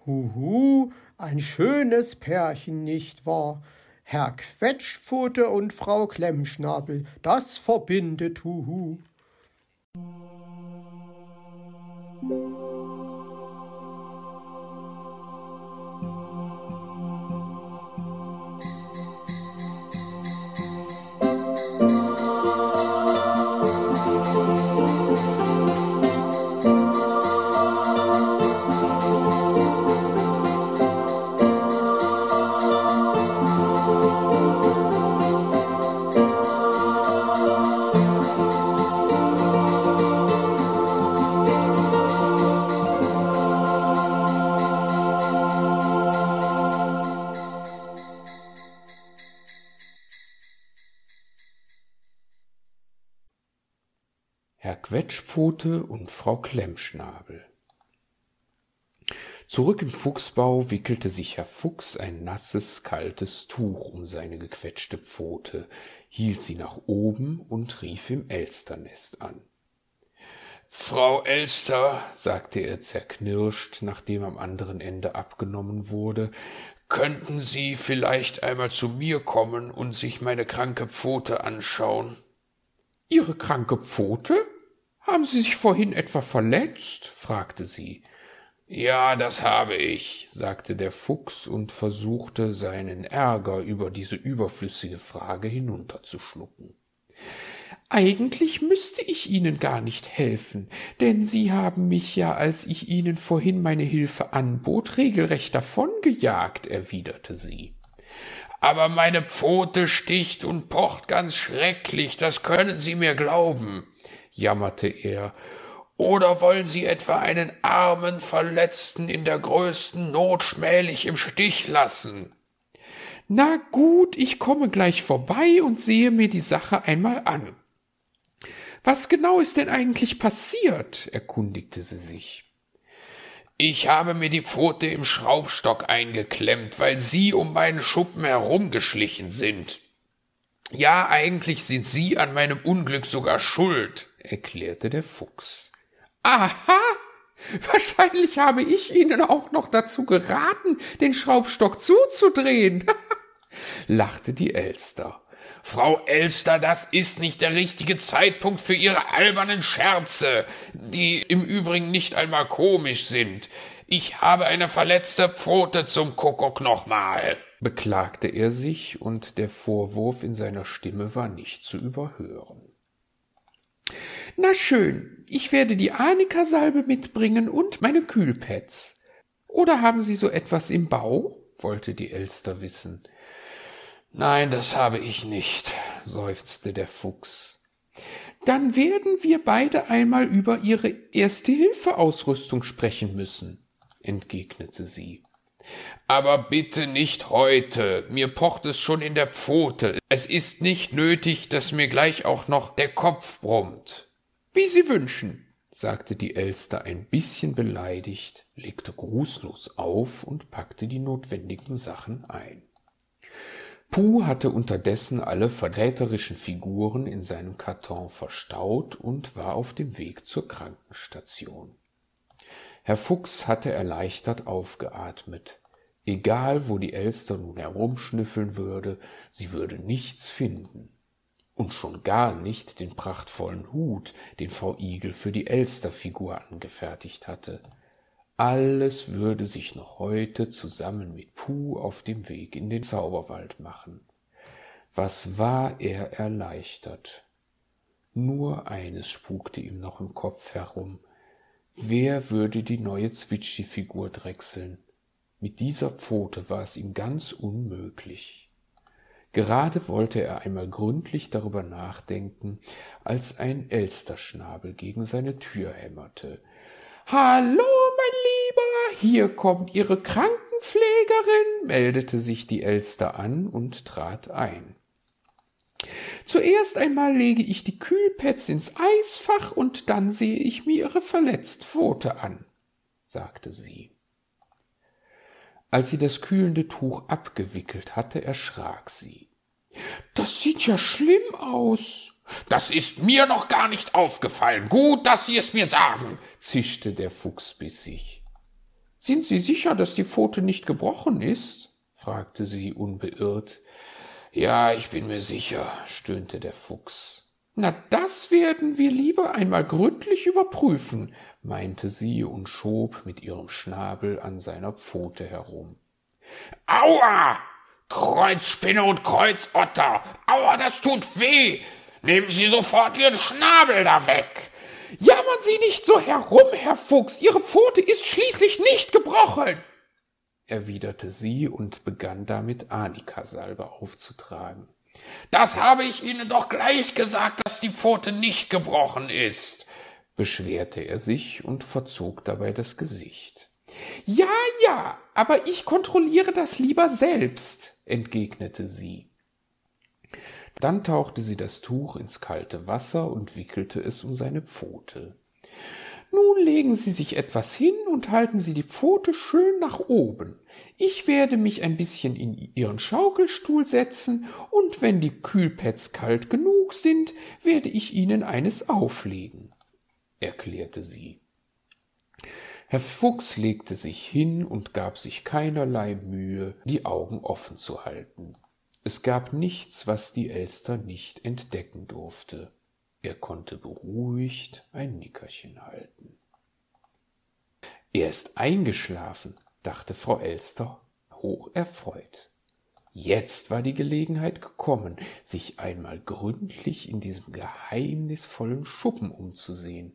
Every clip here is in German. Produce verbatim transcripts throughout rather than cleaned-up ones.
Huhu, ein schönes Pärchen, nicht wahr? Herr Quetschpfote und Frau Klemmschnabel, das verbindet, huhu. Herr Quetschpfote und Frau Klemmschnabel. Zurück im Fuchsbau wickelte sich Herr Fuchs ein nasses, kaltes Tuch um seine gequetschte Pfote, hielt sie nach oben und rief im Elsternest an. »Frau Elster«, sagte er zerknirscht, nachdem am anderen Ende abgenommen wurde, »könnten Sie vielleicht einmal zu mir kommen und sich meine kranke Pfote anschauen?« »Ihre kranke Pfote? Haben Sie sich vorhin etwa verletzt?« fragte sie. »Ja, das habe ich«, sagte der Fuchs und versuchte, seinen Ärger über diese überflüssige Frage hinunterzuschlucken. »Eigentlich müsste ich Ihnen gar nicht helfen, denn Sie haben mich ja, als ich Ihnen vorhin meine Hilfe anbot, regelrecht davongejagt«, erwiderte sie. »Aber meine Pfote sticht und pocht ganz schrecklich, das können Sie mir glauben«, jammerte er. »Oder wollen Sie etwa einen armen Verletzten in der größten Not schmählich im Stich lassen?« »Na gut, ich komme gleich vorbei und sehe mir die Sache einmal an.« »Was genau ist denn eigentlich passiert?«, erkundigte sie sich. »Ich habe mir die Pfote im Schraubstock eingeklemmt, weil Sie um meinen Schuppen herumgeschlichen sind. Ja, eigentlich sind Sie an meinem Unglück sogar schuld«, erklärte der Fuchs. »Aha, wahrscheinlich habe ich Ihnen auch noch dazu geraten, den Schraubstock zuzudrehen«, lachte die Elster. »Frau Elster, das ist nicht der richtige Zeitpunkt für Ihre albernen Scherze, die im Übrigen nicht einmal komisch sind. Ich habe eine verletzte Pfote zum Kuckuck nochmal«, beklagte er sich, und der Vorwurf in seiner Stimme war nicht zu überhören. »Na schön, ich werde die Arnika-Salbe mitbringen und meine Kühlpads. Oder haben Sie so etwas im Bau?«, wollte die Elster wissen. »Nein, das habe ich nicht«, seufzte der Fuchs. »Dann werden wir beide einmal über Ihre Erste-Hilfe-Ausrüstung sprechen müssen«, entgegnete sie. »Aber bitte nicht heute, mir pocht es schon in der Pfote. Es ist nicht nötig, dass mir gleich auch noch der Kopf brummt.« »Wie Sie wünschen«, sagte die Elster ein bisschen beleidigt, legte grußlos auf und packte die notwendigen Sachen ein. Puh hatte unterdessen alle verräterischen Figuren in seinem Karton verstaut und war auf dem Weg zur Krankenstation. Herr Fuchs hatte erleichtert aufgeatmet. Egal, wo die Elster nun herumschnüffeln würde, sie würde nichts finden. Und schon gar nicht den prachtvollen Hut, den Frau Igel für die Elsterfigur angefertigt hatte. Alles würde sich noch heute zusammen mit Puh auf dem Weg in den Zauberwald machen. Was war er erleichtert! Nur eines spukte ihm noch im Kopf herum. Wer würde die neue Zwitschi-Figur drechseln? Mit dieser Pfote war es ihm ganz unmöglich. Gerade wollte er einmal gründlich darüber nachdenken, als ein Elsterschnabel gegen seine Tür hämmerte. »Hallo, mein Lieber, hier kommt Ihre Krankenpflegerin«, meldete sich die Elster an und trat ein. »Zuerst einmal lege ich die Kühlpads ins Eisfach und dann sehe ich mir Ihre verletzte Pfote an«, sagte sie. Als sie das kühlende Tuch abgewickelt hatte, erschrak sie. »Das sieht ja schlimm aus.« »Das ist mir noch gar nicht aufgefallen. Gut, dass Sie es mir sagen«, zischte der Fuchs bissig. »Sind Sie sicher, dass die Pfote nicht gebrochen ist?« fragte sie unbeirrt. »Ja, ich bin mir sicher«, stöhnte der Fuchs. »Na, das werden wir lieber einmal gründlich überprüfen«, meinte sie und schob mit ihrem Schnabel an seiner Pfote herum. »Aua! Kreuzspinne und Kreuzotter! Aua, das tut weh! Nehmen Sie sofort Ihren Schnabel da weg!« »Jammern Sie nicht so herum, Herr Fuchs, Ihre Pfote ist schließlich nicht gebrochen«, erwiderte sie und begann damit Arnika-Salbe aufzutragen. »Das habe ich Ihnen doch gleich gesagt, dass die Pfote nicht gebrochen ist«, beschwerte er sich und verzog dabei das Gesicht. »Ja, ja, aber ich kontrolliere das lieber selbst«, entgegnete sie. Dann tauchte sie das Tuch ins kalte Wasser und wickelte es um seine Pfote. »Nun legen Sie sich etwas hin und halten Sie die Pfote schön nach oben. Ich werde mich ein bisschen in Ihren Schaukelstuhl setzen, und wenn die Kühlpads kalt genug sind, werde ich Ihnen eines auflegen«, erklärte sie. Herr Fuchs legte sich hin und gab sich keinerlei Mühe, die Augen offen zu halten. Es gab nichts, was die Elster nicht entdecken durfte. Er konnte beruhigt ein Nickerchen halten. »Er ist eingeschlafen«, dachte Frau Elster, hocherfreut. Jetzt war die Gelegenheit gekommen, sich einmal gründlich in diesem geheimnisvollen Schuppen umzusehen.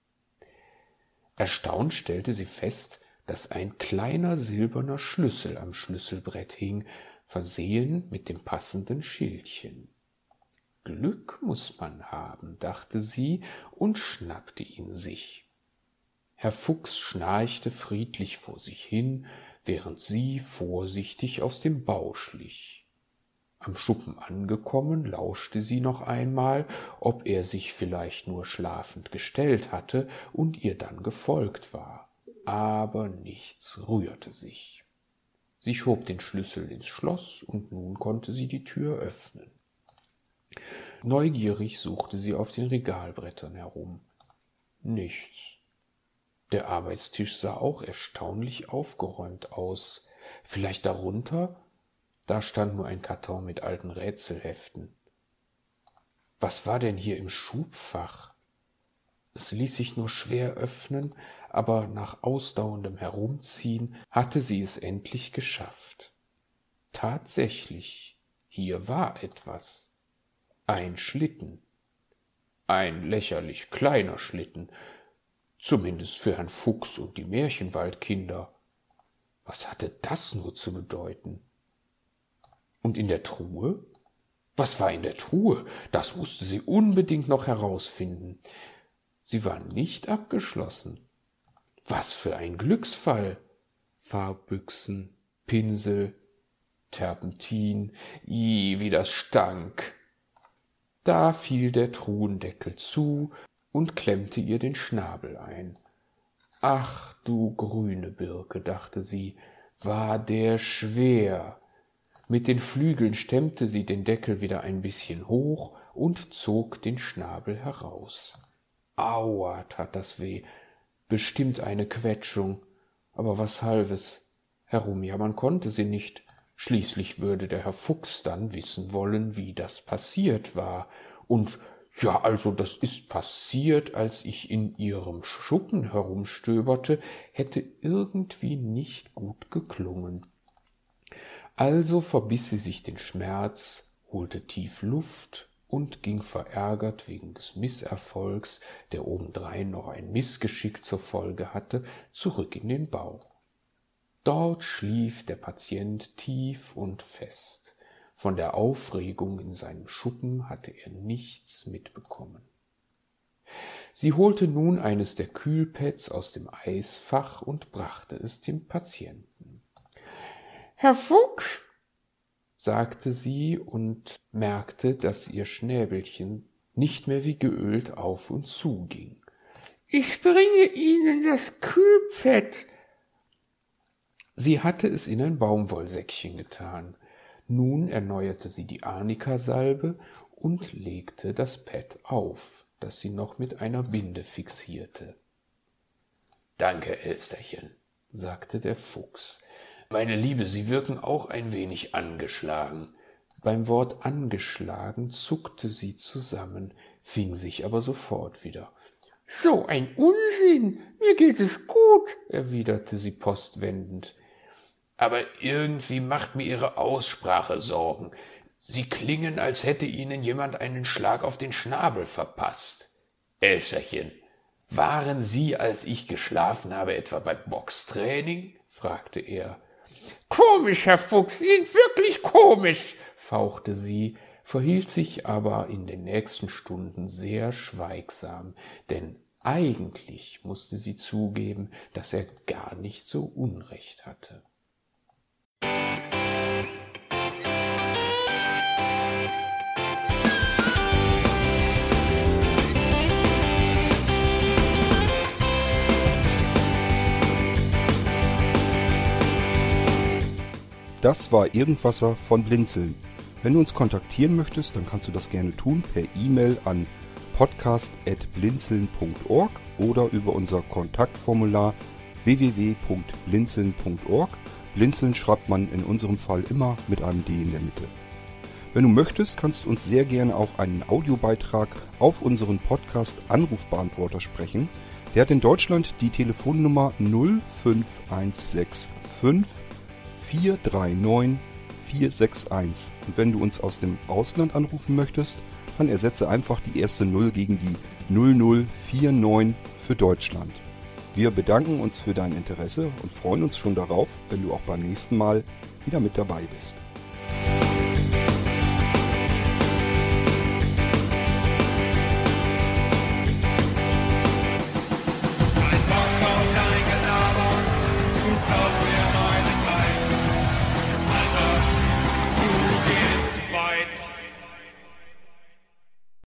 Erstaunt stellte sie fest, dass ein kleiner silberner Schlüssel am Schlüsselbrett hing, versehen mit dem passenden Schildchen. »Glück muß man haben«, dachte sie und schnappte ihn sich. Herr Fuchs schnarchte friedlich vor sich hin, während sie vorsichtig aus dem Bau schlich. Am Schuppen angekommen, lauschte sie noch einmal, ob er sich vielleicht nur schlafend gestellt hatte und ihr dann gefolgt war, aber nichts rührte sich. Sie schob den Schlüssel ins Schloss, und nun konnte sie die Tür öffnen. Neugierig suchte sie auf den Regalbrettern herum. Nichts. Der Arbeitstisch sah auch erstaunlich aufgeräumt aus. Vielleicht darunter? Da stand nur ein Karton mit alten Rätselheften. Was war denn hier im Schubfach? Es ließ sich nur schwer öffnen, aber nach ausdauerndem Herumziehen hatte sie es endlich geschafft. Tatsächlich, hier war etwas. Ein Schlitten. Ein lächerlich kleiner Schlitten, zumindest für Herrn Fuchs und die Märchenwaldkinder. Was hatte das nur zu bedeuten? Und in der Truhe? Was war in der Truhe? Das musste sie unbedingt noch herausfinden. Sie war nicht abgeschlossen. Was für ein Glücksfall! Farbbüchsen, Pinsel, Terpentin, ih, wie das stank! Da fiel der Truhendeckel zu und klemmte ihr den Schnabel ein. »Ach, du grüne Birke«, dachte sie, »war der schwer!« Mit den Flügeln stemmte sie den Deckel wieder ein bisschen hoch und zog den Schnabel heraus. Aua, tat das weh, bestimmt eine Quetschung, aber was half es? Herumjammern konnte sie nicht. Schließlich würde der Herr Fuchs dann wissen wollen, wie das passiert war. Und ja, also das ist passiert, als ich in ihrem Schuppen herumstöberte, hätte irgendwie nicht gut geklungen. Also verbiss sie sich den Schmerz, holte tief Luft und ging verärgert wegen des Misserfolgs, der obendrein noch ein Missgeschick zur Folge hatte, zurück in den Bau. Dort schlief der Patient tief und fest. Von der Aufregung in seinem Schuppen hatte er nichts mitbekommen. Sie holte nun eines der Kühlpads aus dem Eisfach und brachte es dem Patienten. »Herr Fuchs«, sagte sie und merkte, dass ihr Schnäbelchen nicht mehr wie geölt auf und zu ging. »Ich bringe Ihnen das Kühlpad.« Sie hatte es in ein Baumwollsäckchen getan. Nun erneuerte sie die Arnika-Salbe und legte das Pad auf, das sie noch mit einer Binde fixierte. »Danke, Elsterchen«, sagte der Fuchs. »Meine Liebe, Sie wirken auch ein wenig angeschlagen.« Beim Wort angeschlagen zuckte sie zusammen, fing sich aber sofort wieder. »So ein Unsinn! Mir geht es gut«, erwiderte sie postwendend. »Aber irgendwie macht mir Ihre Aussprache Sorgen. Sie klingen, als hätte Ihnen jemand einen Schlag auf den Schnabel verpasst. Elserchen, waren Sie, als ich geschlafen habe, etwa beim Boxtraining?« fragte er. »Komisch, Herr Fuchs, Sie sind wirklich komisch«, fauchte sie, verhielt sich aber in den nächsten Stunden sehr schweigsam, denn eigentlich musste sie zugeben, dass er gar nicht so Unrecht hatte. Das war Irgendwasser von Blinzeln. Wenn du uns kontaktieren möchtest, dann kannst du das gerne tun per E-Mail an podcast at blinzeln punkt org oder über unser Kontaktformular w w w punkt blinzeln punkt org. Blinzeln schreibt man in unserem Fall immer mit einem D in der Mitte. Wenn du möchtest, kannst du uns sehr gerne auch einen Audiobeitrag auf unseren Podcast-Anrufbeantworter sprechen. Der hat in Deutschland die Telefonnummer null fünf eins sechs fünf vier drei neun vier sechs eins. Und wenn du uns aus dem Ausland anrufen möchtest, dann ersetze einfach die erste Null gegen die null null vier neun für Deutschland. Wir bedanken uns für dein Interesse und freuen uns schon darauf, wenn du auch beim nächsten Mal wieder mit dabei bist.